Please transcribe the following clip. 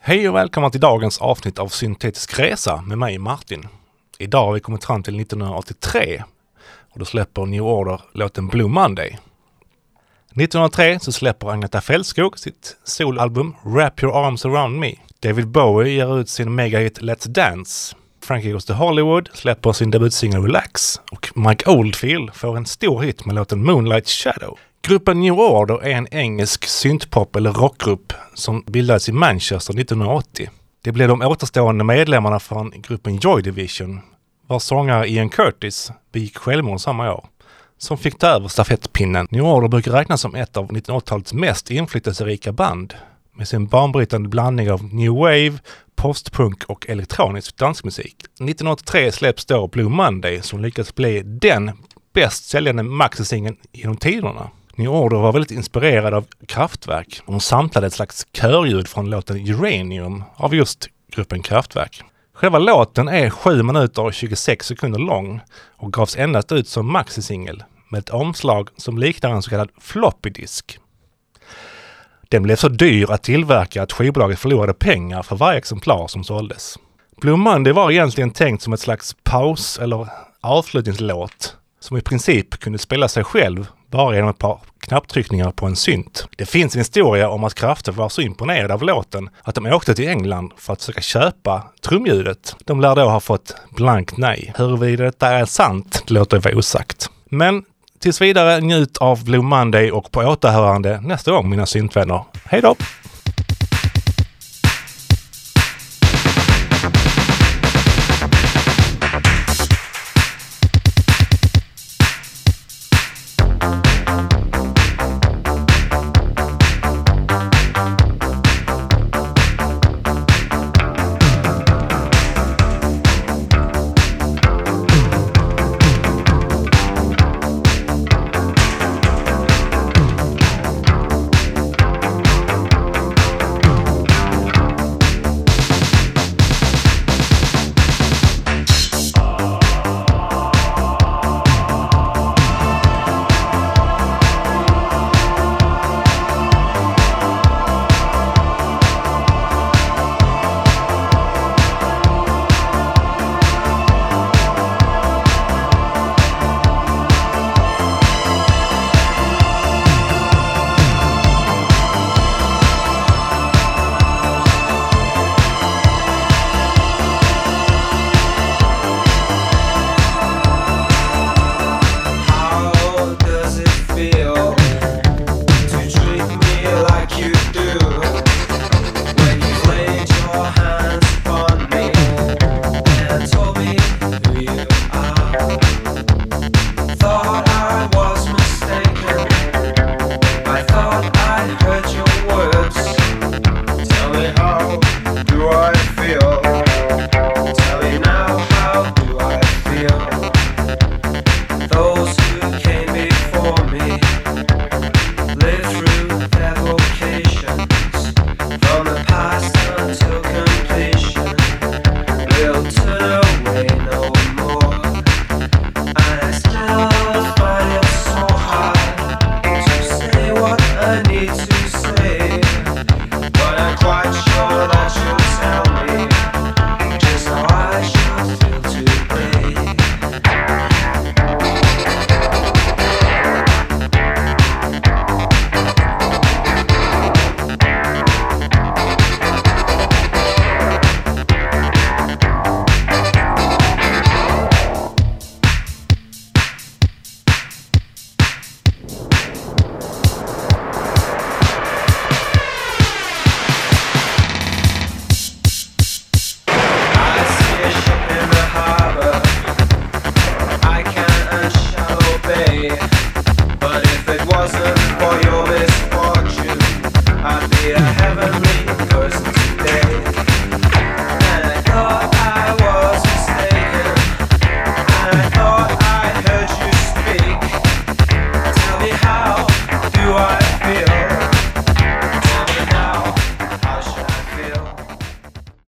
Hej och välkomna till dagens avsnitt av Syntetisk Resa med mig Martin. Idag har vi kommit fram till 1983 och då släpper New Order låten Blue Monday. 1903 så släpper Agneta Fältskog sitt solalbum Wrap Your Arms Around Me. David Bowie ger ut sin megahit Let's Dance. Frankie Goes to Hollywood släpper sin debutsingel Relax och Mike Oldfield får en stor hit med låten Moonlight Shadow. Gruppen New Order är en engelsk syntpop- eller rockgrupp som bildades i Manchester 1980. Det blev de återstående medlemmarna från gruppen Joy Division, vars sångare Ian Curtis begick självmord samma år, som fick ta över stafettpinnen. New Order brukar räknas som ett av 1980-talets mest inflytelserika band, med sin banbrytande blandning av new wave, postpunk och elektronisk dansmusik. 1983 släpps då Blue Monday som lyckats bli den bäst säljande maxisingen genom tiderna. New Order var väldigt inspirerad av Kraftwerk och de samlade ett slags körljud från låten Uranium av just gruppen Kraftwerk. Själva låten är 7 minuter och 26 sekunder lång och gavs endast ut som maxisingel med ett omslag som liknar en så kallad floppy disk. Den blev så dyr att tillverka att skivbolaget förlorade pengar för varje exemplar som såldes. Blue Monday var egentligen tänkt som ett slags paus- eller avslutningslåt som i princip kunde spela sig själv bara genom ett par knapptryckningar på en synt. Det finns en historia om att Kraftwerk var så imponerade av låten att de åkte till England för att försöka köpa trumljudet. De lär då ha fått blankt nej. Huruvida detta är sant låter vara osagt. Men tills vidare njut av Blue Monday och på återhörande nästa gång mina syntvänner. Hej då!